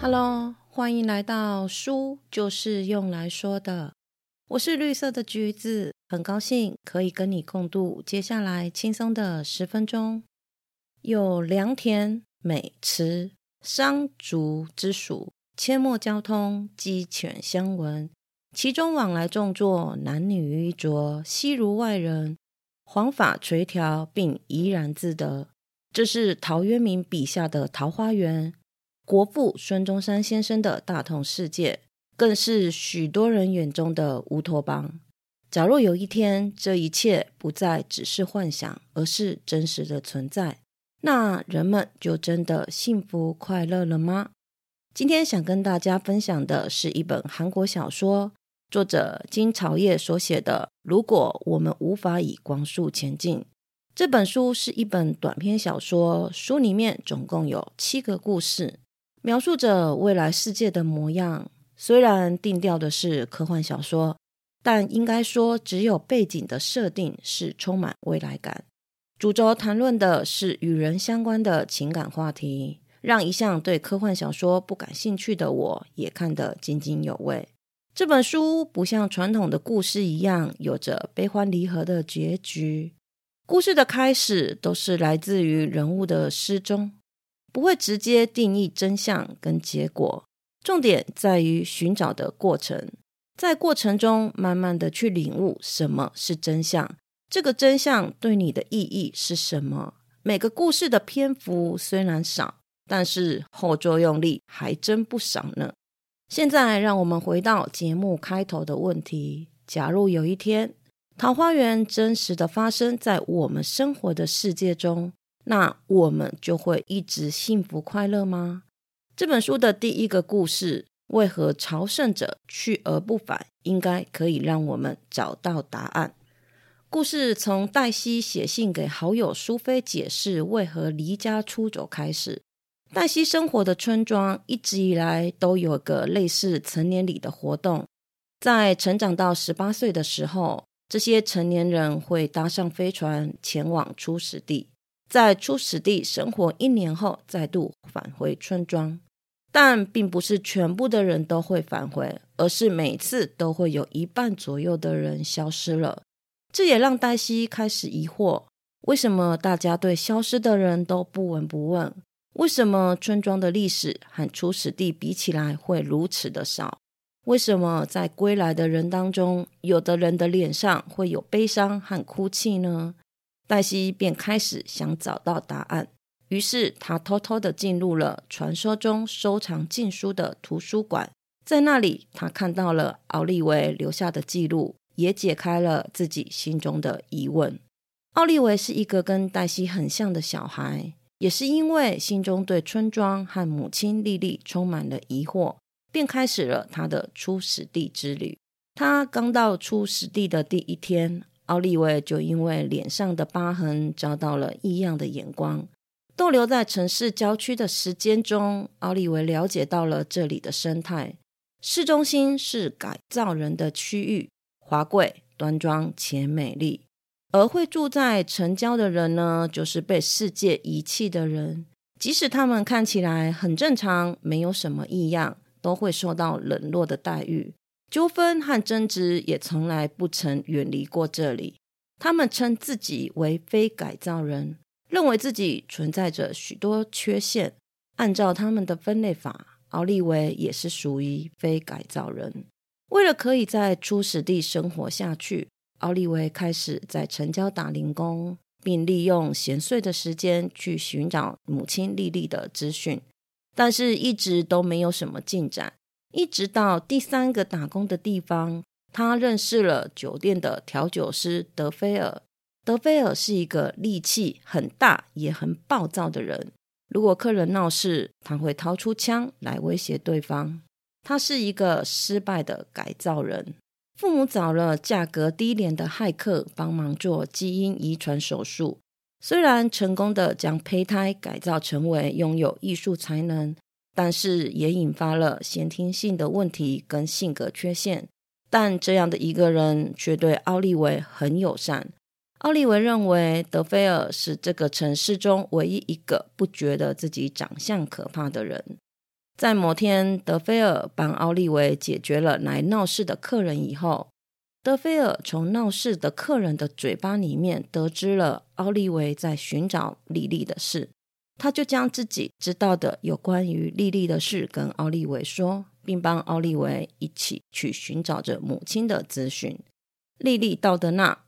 Hello， 欢迎来到书就是用来说的，我是绿色的橘子，很高兴可以跟你共度接下来轻松的10分钟。有良田、美池、桑竹之属，阡陌交通，鸡犬相闻，其中往来种作，男女衣着，悉如外人，黄发垂髫，并怡然自得。这是陶渊明笔下的桃花源，国父孙中山先生的大同世界，更是许多人眼中的乌托邦。假如有一天这一切不再只是幻想，而是真实的存在，那人们就真的幸福快乐了吗？今天想跟大家分享的是一本韩国小说，作者金朝叶所写的《如果我们无法以光速前进》。这本书是一本短篇小说，书里面总共有7个故事，描述着未来世界的模样。虽然定调的是科幻小说，但应该说只有背景的设定是充满未来感。主轴谈论的是与人相关的情感话题，让一向对科幻小说不感兴趣的我也看得津津有味。这本书不像传统的故事一样有着悲欢离合的结局，故事的开始都是来自于人物的失踪，不会直接定义真相跟结果，重点在于寻找的过程，在过程中慢慢的去领悟什么是真相，这个真相对你的意义是什么。每个故事的篇幅虽然少，但是后作用力还真不少呢。现在让我们回到节目开头的问题，假如有一天桃花源真实的发生在我们生活的世界中，那我们就会一直幸福快乐吗？这本书的第一个故事，为何朝圣者去而不返，应该可以让我们找到答案。故事从黛西写信给好友苏菲解释为何离家出走开始。黛西生活的村庄一直以来都有个类似成年礼的活动，在成长到18岁的时候，这些成年人会搭上飞船前往初始地，在初始地生活1年后再度返回村庄。但并不是全部的人都会返回，而是每次都会有1半左右的人消失了。这也让黛西开始疑惑，为什么大家对消失的人都不闻不问？为什么村庄的历史和初始地比起来会如此的少？为什么在归来的人当中，有的人的脸上会有悲伤和哭泣呢？黛西便开始想找到答案，于是她偷偷地进入了传说中收藏禁书的图书馆。在那里，她看到了奥利维留下的记录，也解开了自己心中的疑问。奥利维是一个跟黛西很像的小孩，也是因为心中对村庄和母亲莉莉充满了疑惑，便开始了他的初始地之旅。他刚到初始地的第1天，奥利维就因为脸上的疤痕遭到了异样的眼光。逗留在城市郊区的时间中，奥利维了解到了这里的生态。市中心是改造人的区域，华贵、端庄且美丽。而会住在城郊的人呢，就是被世界遗弃的人。即使他们看起来很正常，没有什么异样，都会受到冷落的待遇，纠纷和争执也从来不曾远离过这里。他们称自己为非改造人，认为自己存在着许多缺陷。按照他们的分类法，奥利维也是属于非改造人。为了可以在初始地生活下去，奥利维开始在城郊打零工，并利用闲碎的时间去寻找母亲莉莉的资讯，但是一直都没有什么进展。一直到第3个打工的地方，他认识了酒店的调酒师德菲尔。德菲尔是一个力气很大也很暴躁的人，如果客人闹事，他会掏出枪来威胁对方。他是一个失败的改造人，父母找了价格低廉的骇客帮忙做基因遗传手术，虽然成功的将胚胎改造成为拥有艺术才能，但是也引发了先天性的问题跟性格缺陷。但这样的一个人却对奥利维很友善。奥利维认为德菲尔是这个城市中唯一一个不觉得自己长相可怕的人。 在某天德菲尔帮奥利维解决了来闹事的客人以后，德菲尔从闹事的客人的嘴巴里面得知了奥利维在寻找莉莉的事，他就将自己知道的有关于莉莉的事跟奥利维说，并帮奥利维一起去寻找着母亲的资讯。莉莉道德纳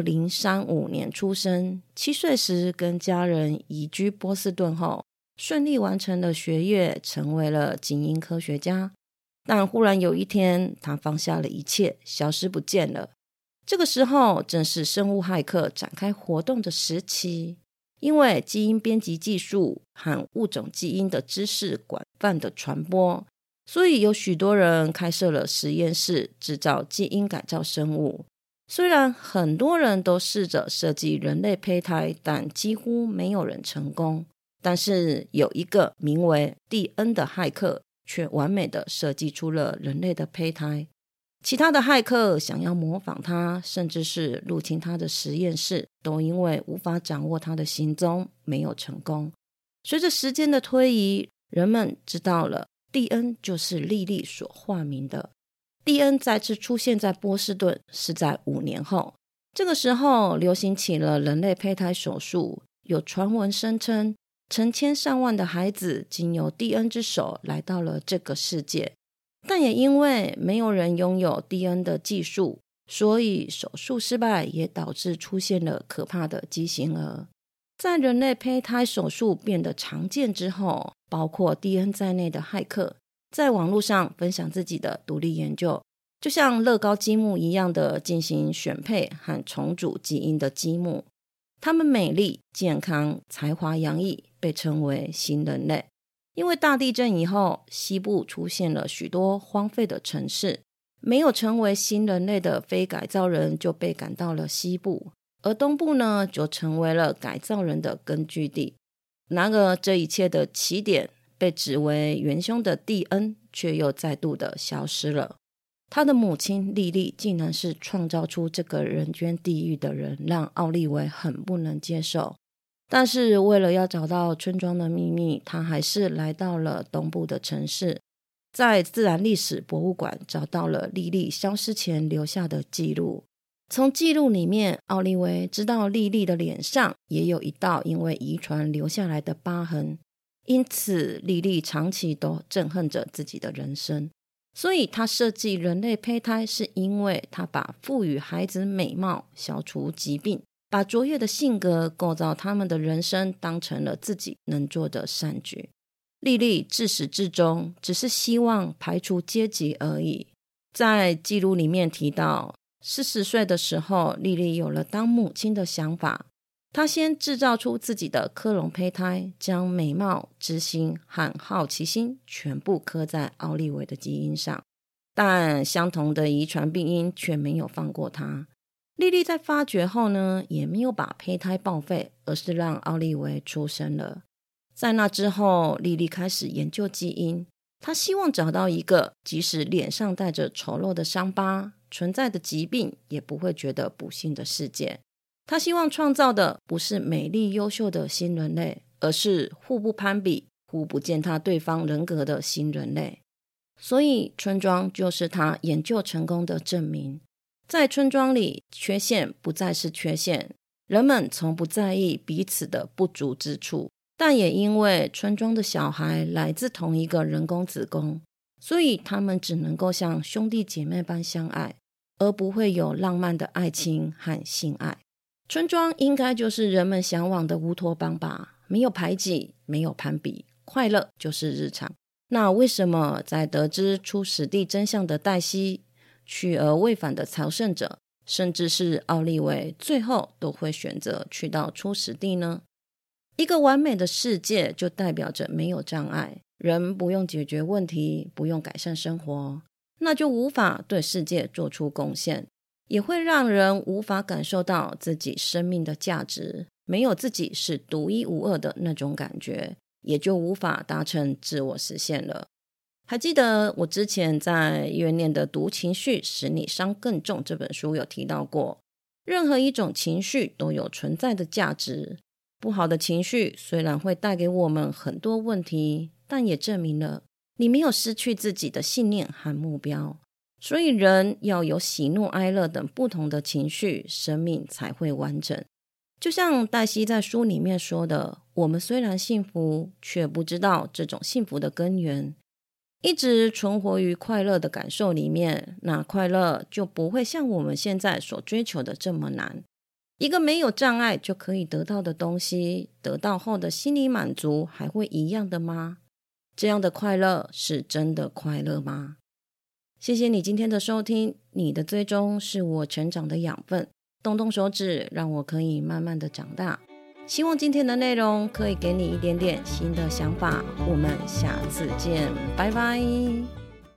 2035年出生，7岁时跟家人移居波士顿后，顺利完成了学业，成为了精英科学家。但忽然有一天，他放下了一切，消失不见了。这个时候正是生物骇客展开活动的时期，因为基因编辑技术和物种基因的知识广泛的传播，所以有许多人开设了实验室，制造基因改造生物。虽然很多人都试着设计人类胚胎，但几乎没有人成功。但是有一个名为蒂恩的骇客却完美的设计出了人类的胚胎，其他的骇客想要模仿他，甚至是入侵他的实验室，都因为无法掌握他的行踪没有成功。随着时间的推移，人们知道了蒂恩就是莉莉所化名的。蒂恩再次出现在波士顿是在5年后，这个时候流行起了人类胚胎手术，有传闻声称成千上万的孩子经由蒂恩之手来到了这个世界，但也因为没有人拥有蒂恩的技术，所以手术失败也导致出现了可怕的畸形儿。在人类胚胎手术变得常见之后，包括蒂恩在内的骇客在网络上分享自己的独立研究，就像乐高积木一样的进行选配和重组基因的积木。他们美丽、健康、才华洋溢，被称为新人类。因为大地震以后，西部出现了许多荒废的城市，没有成为新人类的非改造人就被赶到了西部，而东部呢，就成为了改造人的根据地。然而这一切的起点被指为元凶的蒂恩却又再度的消失了。他的母亲莉莉竟然是创造出这个人间地狱的人，让奥利维很不能接受。但是为了要找到村庄的秘密，他还是来到了东部的城市，在自然历史博物馆找到了莉莉消失前留下的记录。从记录里面，奥利维知道莉莉的脸上也有一道因为遗传留下来的疤痕，因此莉莉长期都憎恨着自己的人生。所以他设计人类胚胎，是因为他把赋予孩子美貌、消除疾病、把卓越的性格构造他们的人生当成了自己能做的善举。莉莉自始至终只是希望排除阶级而已。在记录里面提到40岁的时候，莉莉有了当母亲的想法。她先制造出自己的克隆胚胎，将美貌、知心和好奇心全部刻在奥利维的基因上，但相同的遗传病因却没有放过她。莉莉在发觉后呢，也没有把胚胎报废，而是让奥利维出生了。在那之后，莉莉开始研究基因，她希望找到一个即使脸上带着丑陋的伤疤、存在的疾病也不会觉得不幸的世界。他希望创造的不是美丽优秀的新人类，而是互不攀比、互不践踏对方人格的新人类。所以村庄就是他研究成功的证明。在村庄里，缺陷不再是缺陷，人们从不在意彼此的不足之处，但也因为村庄的小孩来自同一个人工子宫，所以他们只能够像兄弟姐妹般相爱，而不会有浪漫的爱情和性爱。村庄应该就是人们向往的乌托邦吧，没有排挤，没有攀比，快乐就是日常。那为什么在得知出史地真相的黛西、去而未返的朝圣者，甚至是奥利维，最后都会选择去到出史地呢？一个完美的世界就代表着没有障碍，人不用解决问题，不用改善生活，那就无法对世界做出贡献，也会让人无法感受到自己生命的价值，没有自己是独一无二的那种感觉，也就无法达成自我实现了。还记得我之前在院念的《读情绪使你伤更重》这本书有提到过，任何一种情绪都有存在的价值。不好的情绪虽然会带给我们很多问题，但也证明了你没有失去自己的信念和目标。所以人要有喜怒哀乐等不同的情绪，生命才会完整。就像黛西在书里面说的，我们虽然幸福，却不知道这种幸福的根源。一直存活于快乐的感受里面，那快乐就不会像我们现在所追求的这么难。一个没有障碍就可以得到的东西，得到后的心理满足还会一样的吗？这样的快乐是真的快乐吗？谢谢你今天的收听，你的追踪是我成长的养分，动动手指让我可以慢慢的长大。希望今天的内容可以给你一点点新的想法，我们下次见，拜拜。